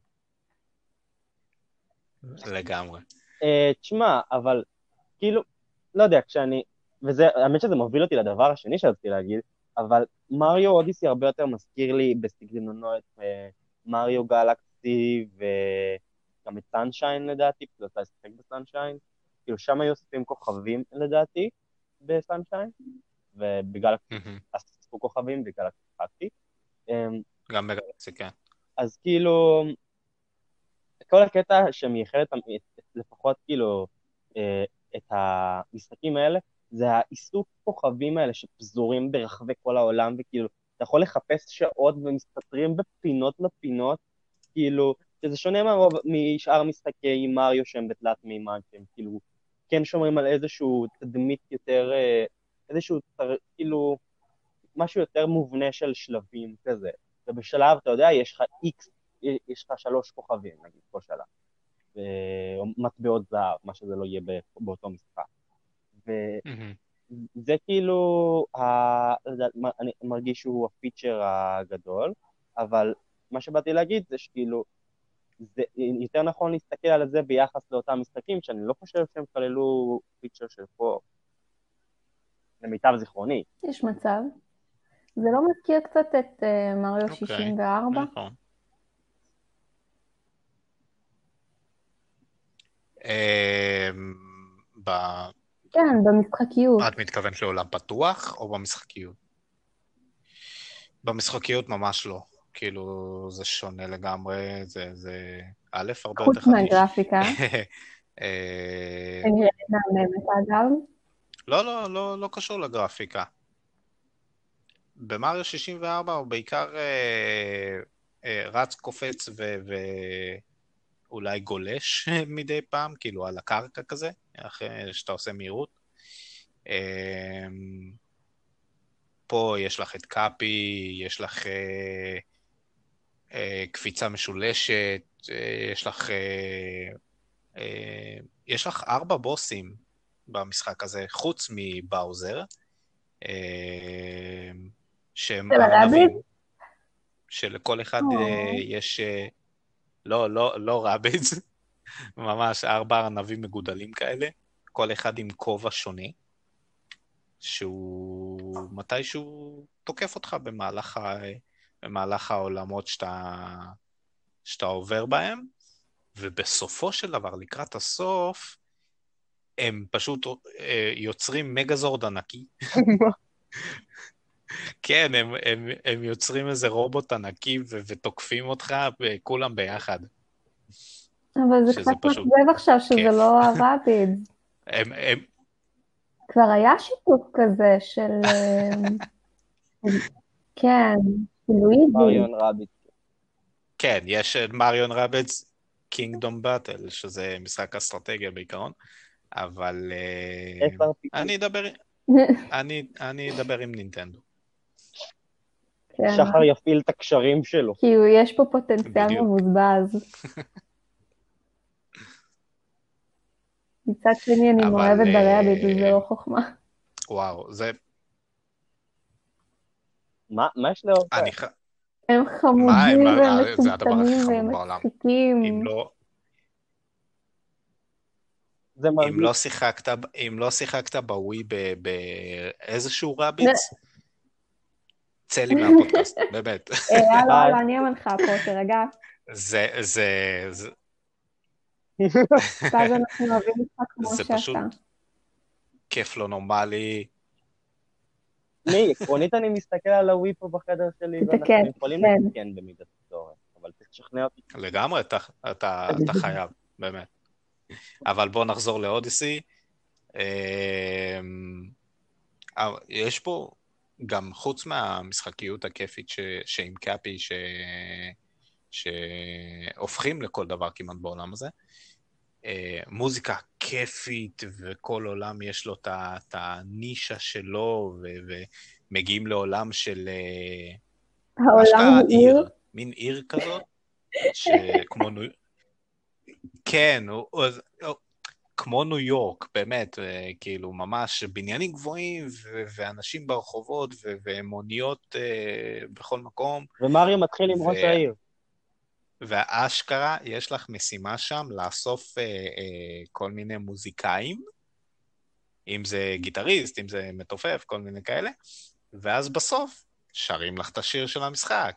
לגמרי. תשמע, אבל כאילו, לא יודע, האמת שזה מוביל אותי לדבר השני שרציתי להגיד, אבל מריו אודיסי הרבה יותר מזכיר לי בסגנונו את מריו גלקסי וגם את סנשיין לדעתי, פשוט אתה לשחק בסנשיין, כאילו שם היו אוספים כוכבים לדעתי בסנשיין, ובגלקסי אספו כוכבים בגלקסי חקתי. גם בגלקסי, כן. אז כאילו, כל הקטע שמייחד לפחות כאילו את המשחקים האלה, זה האיסוף כוכבים האלה שפזורים ברחבי כל העולם, וכאילו, אתה יכול לחפש שעות ומסתתרים בפינות לפינות, כאילו, שזה שונה משאר משחקי מריו שהם בתלת מימד, שהם כאילו, כן שומרים על איזשהו תדמית יותר, איזשהו, כאילו, משהו יותר מובנה של שלבים כזה, ובשלב, אתה יודע, יש לך X, יש לך 3 כוכבים, נגיד, כל שלב, ומטבעות זהב, מה שזה לא יהיה באותו משחק. וזה כאילו, אני מרגיש שהוא הפיצ'ר הגדול, אבל מה שבאתי להגיד זה שכאילו, זה יותר נכון להסתכל על זה ביחס לאותם משחקים, שאני לא חושב שהם כללו פיצ'ר של פה, למיטב זיכרוני. יש מצב. זה לא מזכיר קצת את מריו 64? נכון. כן, במשחקיות. את מתכוונת לעולם פתוח או במשחקיות? במשחקיות ממש לא. כאילו, זה שונה לגמרי, זה א', הרבה יותר חוץ מהגרפיקה. אני נראית מהממת, אגב. לא קשור לגרפיקה. במריו 64 הוא בעיקר רץ, קופץ ואולי גולש מדי פעם, כאילו על הקרקע כזה, אחרי שאתה עושה מהירות. פה יש לך את קאפי, יש לך קפיצה משולשת, יש לך 4 בוסים במשחק הזה, חוץ מבאוזר, שהם של הרביד? ארנבים, שלכל אחד יש, לא רבידס, ממש 4 ארנבים מגודלים כאלה, כל אחד עם כובע שונה, שהוא מתישהו תוקף אותך במהלך העולמות שאתה עובר בהם, ובסופו של דבר, לקראת הסוף, הם פשוט יוצרים מגזורד ענקי. כן, הם יוצרים איזה רובוט ענקי ותוקפים אותך כולם ביחד. אבל זה קצת מצבב עכשיו שזה לא הרביד. כבר היה שיתוף כזה של... כן, לואיזי. מריון רביט. כן, יש מריון רביטס קינגדום באטל, שזה משחק אסטרטגיה בעיקרון, אבל אני אדבר עם נינטנדו. שחר יפעיל את הקשרים שלו. כי יש פה פוטנציאל מבוזבז. מצד שני אני מאוהבת ברביט, וזה לא חוכמה. וואו, זה... מה יש לאהוב? הם חמודים והם מצומצמים והם מצחיקים. אם לא שיחקת בווי באיזשהו רביץ, צא לי מהפודקאסט, באמת. לא, אני המנחה פה, תרגע. ואז אנחנו אוהבים משחק כמו שאתה. זה פשוט כיף לא נורמלי. עקרונית אני מסתכל על הווי פה בחדר שלי, ואנחנו יכולים לתקן במידת הצורך, אבל תשכנע אותי. לגמרי, אתה חייב, באמת. אבל בוא נחזור לאודיסי. יש פה גם חוץ מהמשחקיות הכיפית שעם קאפי, שהופכים לכל דבר כמעט בעולם הזה, מוזיקה כיפית, וכל עולם יש לו את הנישה שלו, ומגיעים לעולם של... העולם הוא עיר? מין עיר כזאת, שכמו... כן, כמו ניו יורק, באמת, כאילו ממש בניינים גבוהים, ואנשים ברחובות, ומוניות בכל מקום. ומריו מתחיל עם ראש העיר. והאשכרה, יש לך משימה שם לאסוף כל מיני מוזיקאים, אם זה גיטריסט, אם זה מתופף, כל מיני כאלה, ואז בסוף שרים לך את השיר של המשחק.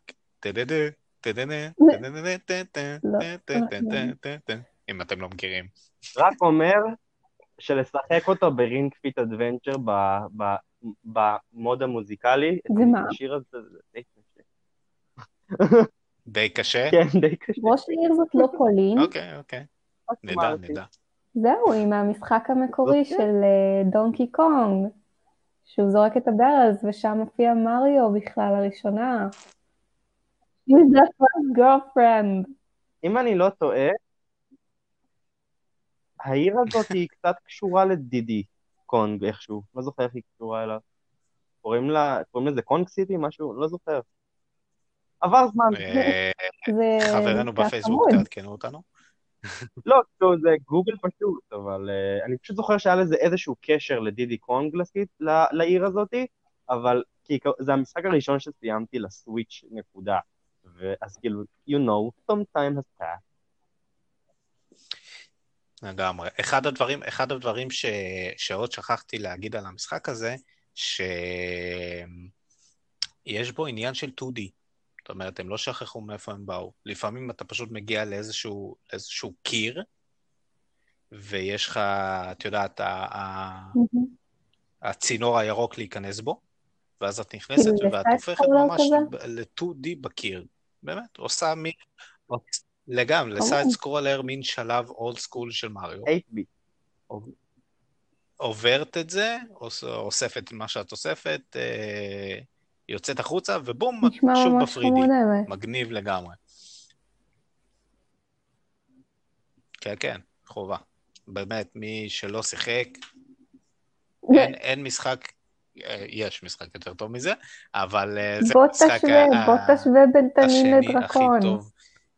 אם אתם לא מכירים. רק אומר שלשחק אותו ברינג פיט אדוונצ'ר במוד המוזיקלי, השיר הזה זה די קשה. די קשה? כן, די קשה. ראש העיר זאת לא פולין. אוקיי. נדע. זהו, עם המשחק המקורי של דונקי קונג, שהוא זורק את הברז, ושם מופיע מריו בכלל לראשונה. She's the first girlfriend. אם אני לא טועה, העיר הזאת היא קצת קשורה לדידי קונג איכשהו, לא זוכר איך היא קשורה אליו. קוראים לזה קונג סיטי, משהו, לא זוכר. עבר זמן. חברנו בפייסבוק תעדכנו אותנו. לא, זה גוגל פשוט, אבל אני פשוט זוכר שהיה לזה איזשהו קשר לדידי קונג לעיר הזאת, אבל זה המשחק הראשון שסיימתי לסוויץ' נקודה, ואז כאילו, you know, some time has passed. לגמרי. אחד הדברים שעוד שכחתי להגיד על המשחק הזה, שיש בו עניין של 2D. זאת אומרת, הם לא שכחו מאיפה הם באו. לפעמים אתה פשוט מגיע לאיזשהו קיר, ויש לך, את יודעת, הצינור הירוק להיכנס בו, ואז את נכנסת ואת הופכת ממש ל-2D בקיר. באמת, עושה לגמרי, לסייד סקרולר, מין שלב אולד סקול של מריו. 8-bit. עוברת את זה, אוספת מה שאת אוספת, יוצאת החוצה, ובום, נשמע שוב ממש בפרידי. חמוד האמת. מגניב לגמרי. כן, כן, חובה. באמת, מי שלא שיחק, אין משחק, יש משחק יותר טוב מזה, אבל זה המשחק בוא תשווה בין תנין השני הכי לדרקון. טוב.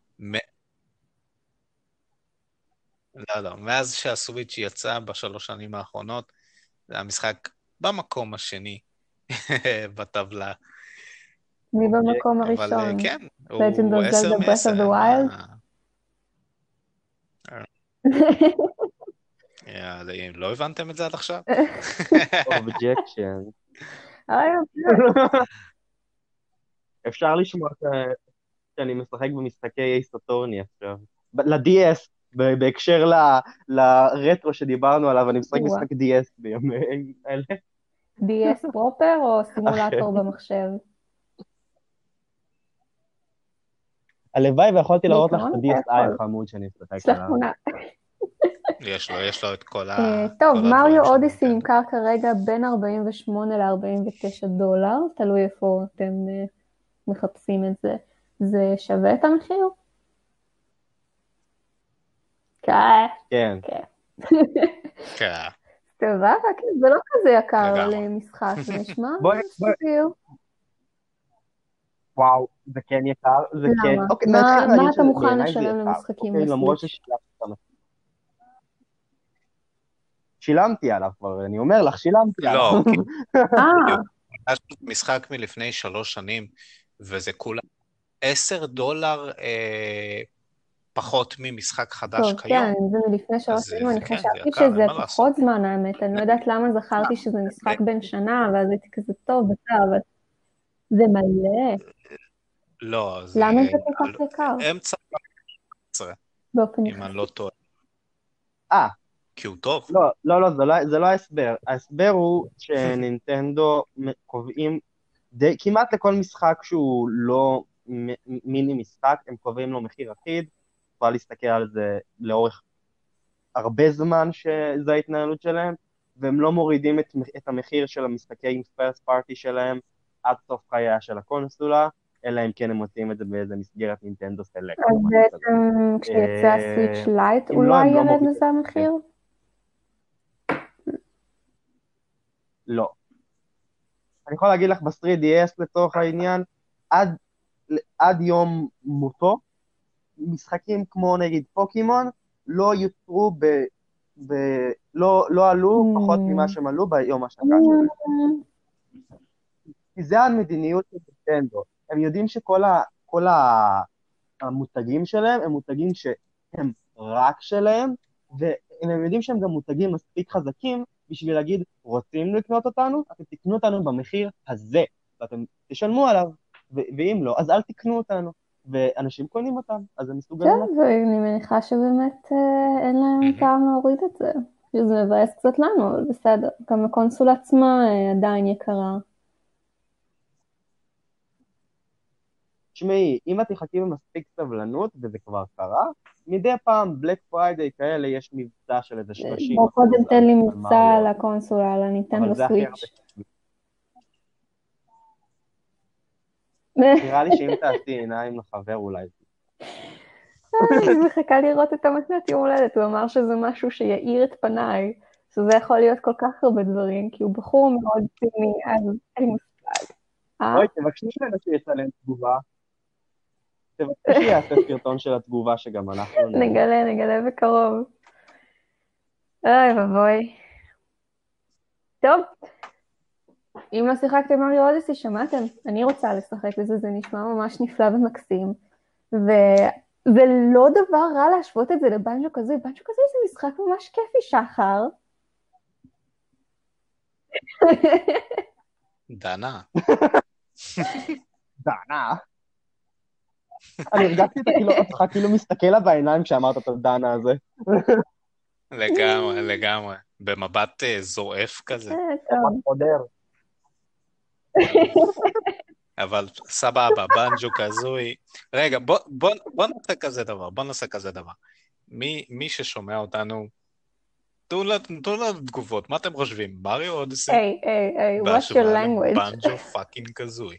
לא, מאז שהסוויץ' יצא בשלוש שנים האחרונות, זה המשחק במקום השני בטבלה. מי במקום אבל הראשון? כן, Legend הוא of 10 Zelda Breath of מ-10, the Wild? לא הבנתם את זה עד עכשיו? אובג'קשן. אוקיי. אפשר לשמוע שאני משחק במשחקי אייס אטורני עכשיו. ל-DS, בהקשר לרטרו שדיברנו עליו, אני משחק משחק DS בימים אלה. DS פרופר או סימולטור במחשב? הלוואי ויכולתי להראות לך בעיקרון את אתה ה-DSi יכול. החמוד שאני משחק יש לך עליו. תמונה. יש לו את כל טוב, כל מריו הדברים של אודיסי נינטנדו. נמכר כרגע בין 48 ל-49 דולר, תלוי איפה אתם מחפשים את זה. זה שווה את המחיר? כן. כן. כן. סבבה, כן, זה לא כזה יקר לגמרי. למשחק, זה נשמע בואי. סביר. וואו, זה כן יקר, זה כן. למה? אוקיי, נתחיל מה להגיד אתה מוכן שבעיניי זה לשלם יקר. למשחקים אוקיי, למרות בסוויץ'? שילמתי עליו כבר, אני אומר לך, שילמתי עליו. לא, אה, יש משחק מלפני 3 שנים, וזה כולה $10 פחות ממשחק חדש טוב, כיום. כן, זה מלפני 3 אז שנים, אני כן, זה חשבתי יקר, אין שזה מה לעשות. פחות זמן האמת, אני לא יודעת למה זכרתי שזה משחק בן שנה, ואז הייתי כזה טוב, אבל זה מלא. לא, זה למה זה כל כך יקר? אמצע 11, באופן אם אני לא יחסי. טועה. אה, כי הוא טוב. לא, זה לא ההסבר. ההסבר הוא שנינטנדו קובעים, כמעט לכל משחק שהוא לא מיני משחק, הם קובעים לו מחיר אחיד, יכולה להסתכל על זה לאורך הרבה זמן שזו ההתנהלות שלהם, והם לא מורידים את המחיר של המשחקי עם פרסט פארטי שלהם עד סוף חייה של הקונסולה, אלא אם כן הם מוצאים את זה באיזה מסגרת נינטנדו סלקט. אז בעצם כשיצא הסוויץ' לייט אם לא, אולי הם לא ירד מורידים. לזה המחיר? לא. אני יכול להגיד לך ב-3DS לצורך העניין, עד יום מותו, משחקים כמו נגיד פוקימון, לא יוצרו לא עלו פחות ממה שהם עלו ביום השקה שלהם. כי זה המדיניות של נינטנדו. הם יודעים שכל המותגים שלהם הם מותגים שהם רק שלהם, והם יודעים שהם גם מותגים מספיק חזקים בשביל להגיד, רוצים לקנות אותנו? אתם תקנו אותנו במחיר הזה, ואתם תשלמו עליו, ואם לא, אז אל תקנו אותנו. ואנשים קונים אותם, אז הם מסוגלים. כן, ואני מניחה שבאמת אין להם טעם להוריד את זה. זה מבאס קצת לנו, אבל בסדר. גם הקונסולה עצמה עדיין יקרה. תשמעי, אם את תחכי במספיק סבלנות, וזה כבר קרה, מדי פעם בלק פריידיי כאלה יש מבצע של איזה 30%. בוא קודם תן לי מבצע על הקונסולה, על הניטנדו אבל זה הכי הרבה. סוויץ'. נראה לי שאם תעשי עיניים לחבר אולי. אני מחכה לראות את המתנת יום הולדת, הוא אמר שזה משהו שיעיר את פניי, שזה יכול להיות כל כך הרבה דברים, כי הוא בחור מאוד ציני, אז אין לי מושג. אוי, תבקשי ממנו שיצלם תגובה. תבקשי שיעשה סרטון של התגובה שגם אנחנו נגלה בקרוב. אוי ובוי. טוב, אם לא שיחקתם מריו אודיסי, שמעתם? אני רוצה לשחק בזה, זה נשמע ממש נפלא ומקסים. וזה לא דבר רע להשוות את זה לבנג'ו קזוי. בנג'ו קזוי זה משחק ממש כיפי, שחר. דנה. דנה. אני הרגעתי אותך כאילו מסתכל לה בעיניים כשאמרת את הדנה הזה. לגמרי. במבט זועף כזה. חודר. אבל סבבה, בנג'ו קזוי. רגע, בוא נעשה כזה דבר. מי ששומע אותנו תנו לנו תגובות, מה אתם חושבים? מריו אודיסי? היי, what's your בהשוואה language? לבנג'ו פאקינג קזוי.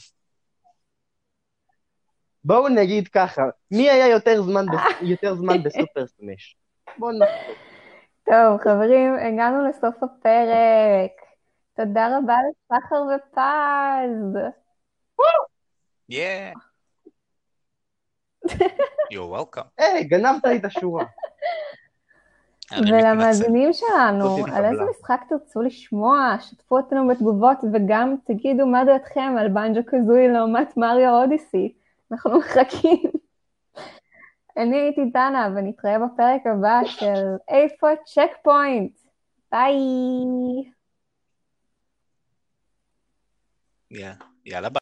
בואו נגיד ככה, מי היה יותר זמן בסופר סמש? בואו נחשוב. טוב, חברים, הגענו לסוף הפרק. תודה רבה לסחר ופז. Yeah. You're welcome. היי, גנבת לי את השורה. אני מתנצל. ולמאזינים שלנו, זאתי על איזה התקבלה. משחק תרצו לשמוע, שתפו אותנו בתגובות וגם תגידו מה דעתכם על בנג'ו קזוי לעומת מריו אודיסי. אנחנו מחכים. אני הייתי דנה ונתראה בפרק הבא של איפה צ'ק פוינט. ביי. יאללה ביי.